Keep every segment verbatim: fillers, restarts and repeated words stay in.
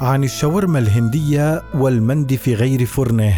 عن الشاورما الهندية والمندي في غير فرنه.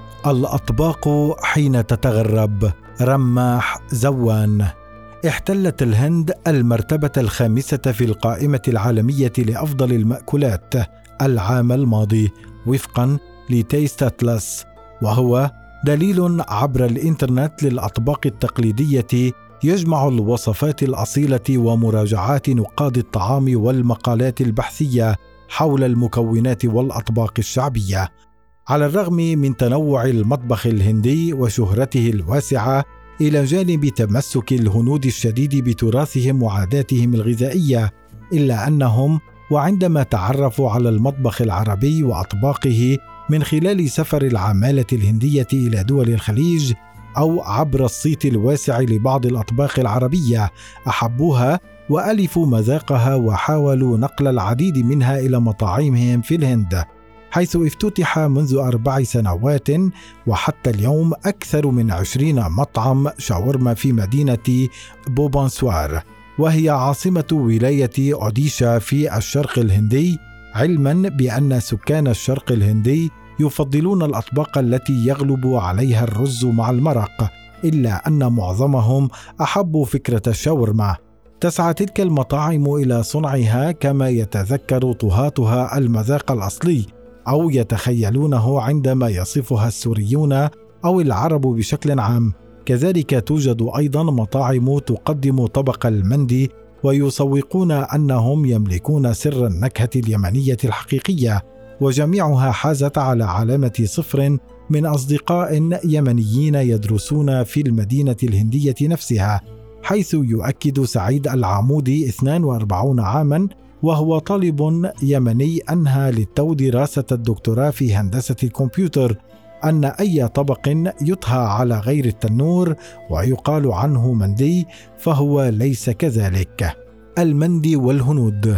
الأطباق حين تتغرب. رماح زوان. احتلت الهند المرتبة الخامسة في القائمة العالمية لأفضل المأكولات العام الماضي وفقا لتيست أتلس، وهو دليل عبر الإنترنت للأطباق التقليدية يجمع الوصفات الأصيلة ومراجعات نقاد الطعام والمقالات البحثية حول المكونات والأطباق الشعبية. على الرغم من تنوع المطبخ الهندي وشهرته الواسعة، إلى جانب تمسك الهنود الشديد بتراثهم وعاداتهم الغذائية، إلا أنهم وعندما تعرفوا على المطبخ العربي وأطباقه من خلال سفر العمالة الهندية إلى دول الخليج أو عبر الصيت الواسع لبعض الأطباق العربية، أحبوها وألفوا مذاقها وحاولوا نقل العديد منها إلى مطاعمهم في الهند، حيث افتتح منذ أربع سنوات وحتى اليوم أكثر من عشرين مطعم شاورما في مدينة بوبانسوار، وهي عاصمة ولاية أوديشا في الشرق الهندي، علما بأن سكان الشرق الهندي يفضلون الأطباق التي يغلب عليها الرز مع المرق، إلا أن معظمهم أحبوا فكرة الشاورما. تسعى تلك المطاعم إلى صنعها كما يتذكر طهاتها المذاق الأصلي أو يتخيلونه عندما يصفها السوريون أو العرب بشكل عام. كذلك توجد أيضا مطاعم تقدم طبق المندي ويسوقون أنهم يملكون سر النكهة اليمنية الحقيقية، وجميعها حازت على علامة صفر من أصدقاء يمنيين يدرسون في المدينة الهندية نفسها، حيث يؤكد سعيد العمودي اثنين وأربعين عاما وهو طالب يمني أنهى للتو دراسة الدكتوراه في هندسة الكمبيوتر أن أي طبق يطهى على غير التنور ويقال عنه مندي فهو ليس كذلك. المندي والهنود.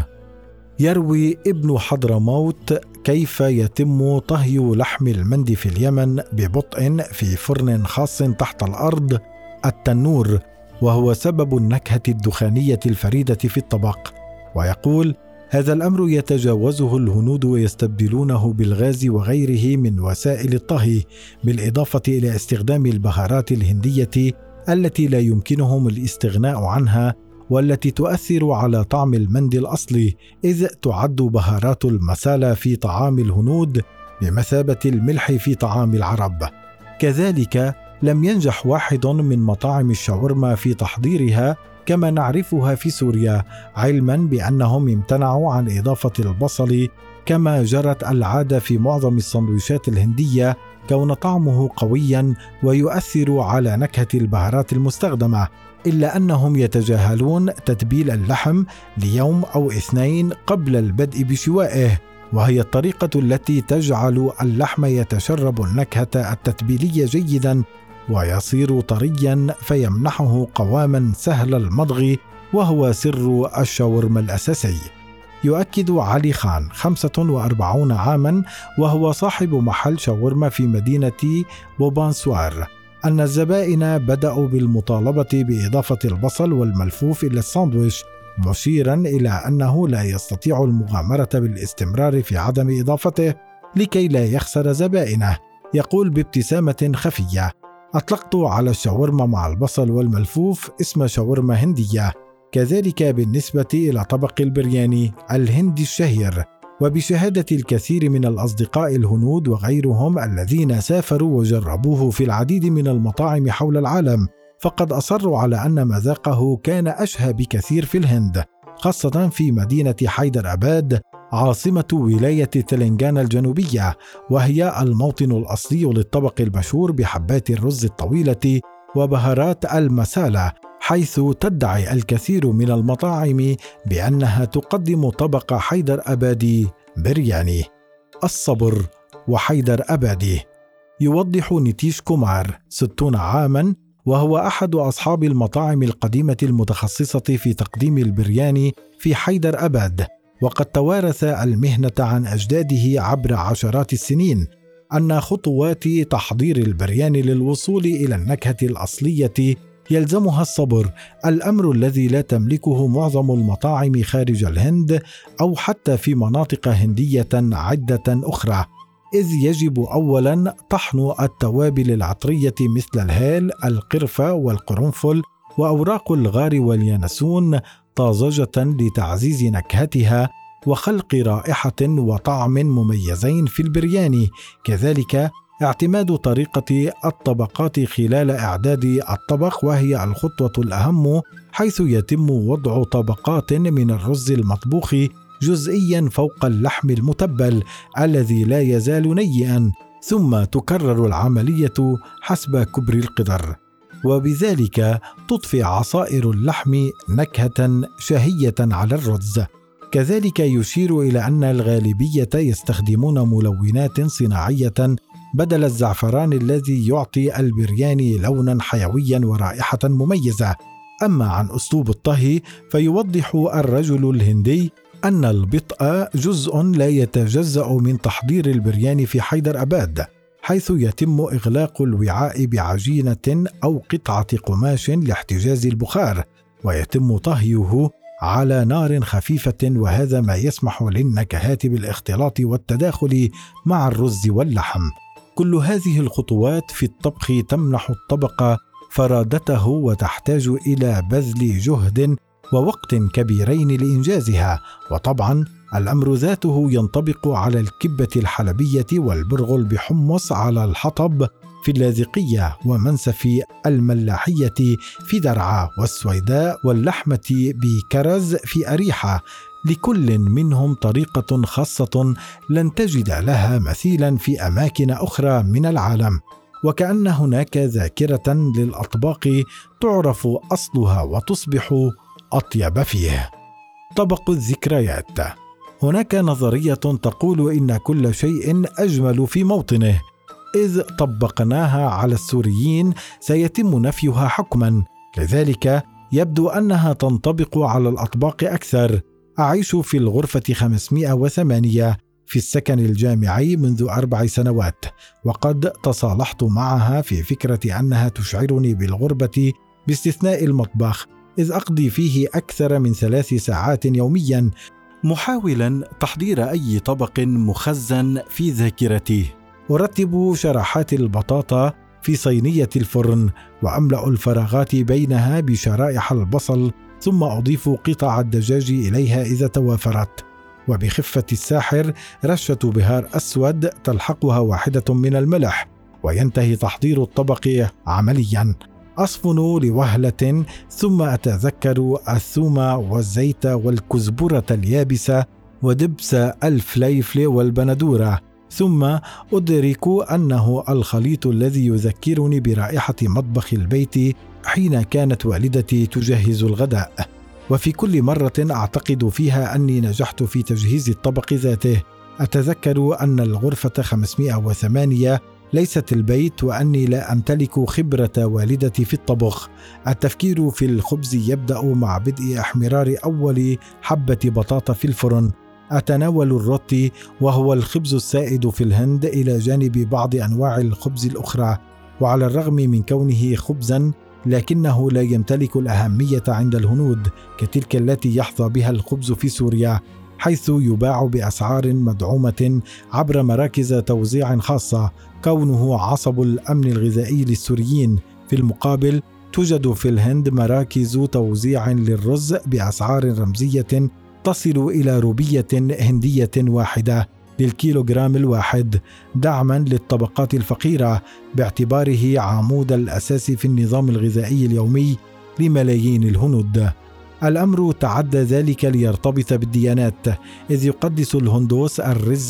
يروي ابن حضرموت كيف يتم طهي لحم المندي في اليمن ببطء في فرن خاص تحت الأرض، التنور، وهو سبب النكهة الدخانية الفريدة في الطبق. ويقول: هذا الأمر يتجاوزه الهنود ويستبدلونه بالغاز وغيره من وسائل الطهي، بالإضافة إلى استخدام البهارات الهندية التي لا يمكنهم الاستغناء عنها والتي تؤثر على طعم المندي الأصلي، إذ تعد بهارات المسالة في طعام الهنود بمثابة الملح في طعام العرب. كذلك لم ينجح واحد من مطاعم الشاورما في تحضيرها كما نعرفها في سوريا، علما بأنهم امتنعوا عن إضافة البصل كما جرت العادة في معظم السندويشات الهندية، كون طعمه قويا ويؤثر على نكهة البهارات المستخدمة، إلا أنهم يتجاهلون تتبيل اللحم ليوم أو اثنين قبل البدء بشوائه، وهي الطريقة التي تجعل اللحم يتشرب النكهة التتبيلية جيدا ويصير طريا فيمنحه قواما سهل المضغ، وهو سر الشاورما الأساسي. يؤكد علي خان خمسة وأربعين عاما وهو صاحب محل شاورما في مدينة بوبانسوار أن الزبائن بدأوا بالمطالبة بإضافة البصل والملفوف إلى الساندويش، مشيرا إلى أنه لا يستطيع المغامرة بالاستمرار في عدم إضافته لكي لا يخسر زبائنه. يقول بابتسامة خفية: أطلقت على الشاورما مع البصل والملفوف اسم شاورما هندية. كذلك بالنسبة إلى طبق البرياني الهندي الشهير. وبشهادة الكثير من الأصدقاء الهنود وغيرهم الذين سافروا وجربوه في العديد من المطاعم حول العالم، فقد أصروا على أن مذاقه كان أشهى بكثير في الهند، خاصة في مدينة حيدر أباد عاصمة ولاية تلنغانا الجنوبية، وهي الموطن الأصلي للطبق المشهور بحبات الرز الطويلة وبهارات المسالة، حيث تدعي الكثير من المطاعم بأنها تقدم طبق حيدر أبادي برياني. الصبر وحيدر أبادي. يوضح نتيش كومار ستون عاما وهو أحد أصحاب المطاعم القديمة المتخصصة في تقديم البرياني في حيدر أباد، وقد توارث المهنة عن أجداده عبر عشرات السنين، أن خطوات تحضير البرياني للوصول إلى النكهة الأصلية يلزمها الصبر، الأمر الذي لا تملكه معظم المطاعم خارج الهند أو حتى في مناطق هندية عدة أخرى، إذ يجب أولاً طحن التوابل العطرية مثل الهيل، القرفة والقرنفل وأوراق الغار واليانسون طازجة لتعزيز نكهتها وخلق رائحة وطعم مميزين في البرياني. كذلك اعتماد طريقة الطبقات خلال إعداد الطبق، وهي الخطوة الأهم، حيث يتم وضع طبقات من الرز المطبوخ جزئيا فوق اللحم المتبل الذي لا يزال نيئا، ثم تكرر العملية حسب كبر القدر، وبذلك تضفي عصائر اللحم نكهة شهية على الرز. كذلك يشير إلى أن الغالبية يستخدمون ملونات صناعية بدل الزعفران الذي يعطي البرياني لونا حيويا ورائحة مميزة. أما عن أسلوب الطهي فيوضح الرجل الهندي أن البطء جزء لا يتجزأ من تحضير البرياني في حيدر أباد، حيث يتم إغلاق الوعاء بعجينة أو قطعة قماش لاحتجاز البخار، ويتم طهيه على نار خفيفة، وهذا ما يسمح للنكهات بالاختلاط والتداخل مع الرز واللحم. كل هذه الخطوات في الطبخ تمنح الطبق فرادته وتحتاج إلى بذل جهد ووقت كبيرين لإنجازها. وطبعا الأمر ذاته ينطبق على الكبة الحلبية والبرغل بحمص على الحطب في اللاذقية، ومنسف الملاحية في درعا، والسويداء واللحمة بكرز في أريحة. لكل منهم طريقة خاصة لن تجد لها مثيلا في أماكن أخرى من العالم، وكأن هناك ذاكرة للأطباق تعرف أصلها وتصبح أطيب فيه. طبق الذكريات. هناك نظرية تقول إن كل شيء أجمل في موطنه، إذ طبقناها على السوريين سيتم نفيها حكما، لذلك يبدو أنها تنطبق على الأطباق أكثر. أعيش في الغرفة خمسمائة وثمانية في السكن الجامعي منذ أربع سنوات، وقد تصالحت معها في فكرة أنها تشعرني بالغربة باستثناء المطبخ، إذ أقضي فيه أكثر من ثلاث ساعات يوميا محاولا تحضير أي طبق مخزن في ذاكرتي. أرتب شرحات البطاطا في صينية الفرن، وأملأ الفراغات بينها بشرائح البصل، ثم أضيف قطع الدجاج إليها إذا توافرت، وبخفة الساحر رشة بهار أسود تلحقها واحدة من الملح، وينتهي تحضير الطبق عمليا. أصفن لوهلة، ثم أتذكر الثوم والزيت والكزبرة اليابسة ودبس الفليفل والبندورة، ثم أدرك أنه الخليط الذي يذكرني برائحة مطبخ البيت حين كانت والدتي تجهز الغداء. وفي كل مرة أعتقد فيها أني نجحت في تجهيز الطبق ذاته. أتذكر أن الغرفة خمسمائة وثمانية ليست البيت، وأني لا أمتلك خبرة والدتي في الطبخ. التفكير في الخبز يبدأ مع بدء احمرار أول حبة بطاطا في الفرن. أتناول الروتي، وهو الخبز السائد في الهند، إلى جانب بعض أنواع الخبز الأخرى، وعلى الرغم من كونه خبزا لكنه لا يمتلك الأهمية عند الهنود كتلك التي يحظى بها الخبز في سوريا، حيث يباع بأسعار مدعومة عبر مراكز توزيع خاصة، كونه عصب الأمن الغذائي للسوريين. في المقابل توجد في الهند مراكز توزيع للرز بأسعار رمزية تصل إلى روبية هندية واحدة للكيلوغرام الواحد، دعما للطبقات الفقيرة باعتباره عمود الأساس في النظام الغذائي اليومي لملايين الهنود. الأمر تعدى ذلك ليرتبط بالديانات، إذ يقدس الهندوس الرز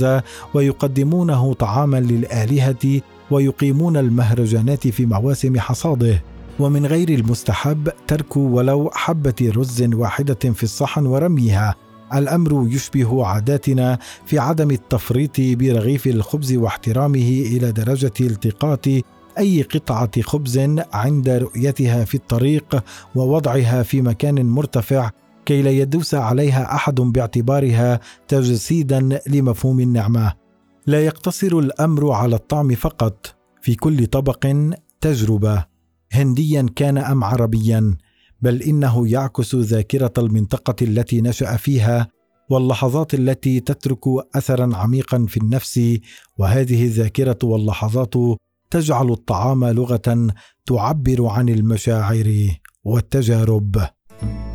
ويقدمونه طعاما للآلهة، ويقيمون المهرجانات في مواسم حصاده. ومن غير المستحب ترك ولو حبة رز واحدة في الصحن ورميها. الأمر يشبه عاداتنا في عدم التفريط برغيف الخبز واحترامه إلى درجة التقاط أي قطعة خبز عند رؤيتها في الطريق، ووضعها في مكان مرتفع كي لا يدوس عليها أحد باعتبارها تجسيدا لمفهوم النعمة. لا يقتصر الأمر على الطعم فقط، في كل طبق تجربة. هنديا كان أم عربيا، بل إنه يعكس ذاكرة المنطقة التي نشأ فيها واللحظات التي تترك أثرا عميقا في النفس، وهذه الذاكرة واللحظات تجعل الطعام لغة تعبر عن المشاعر والتجارب.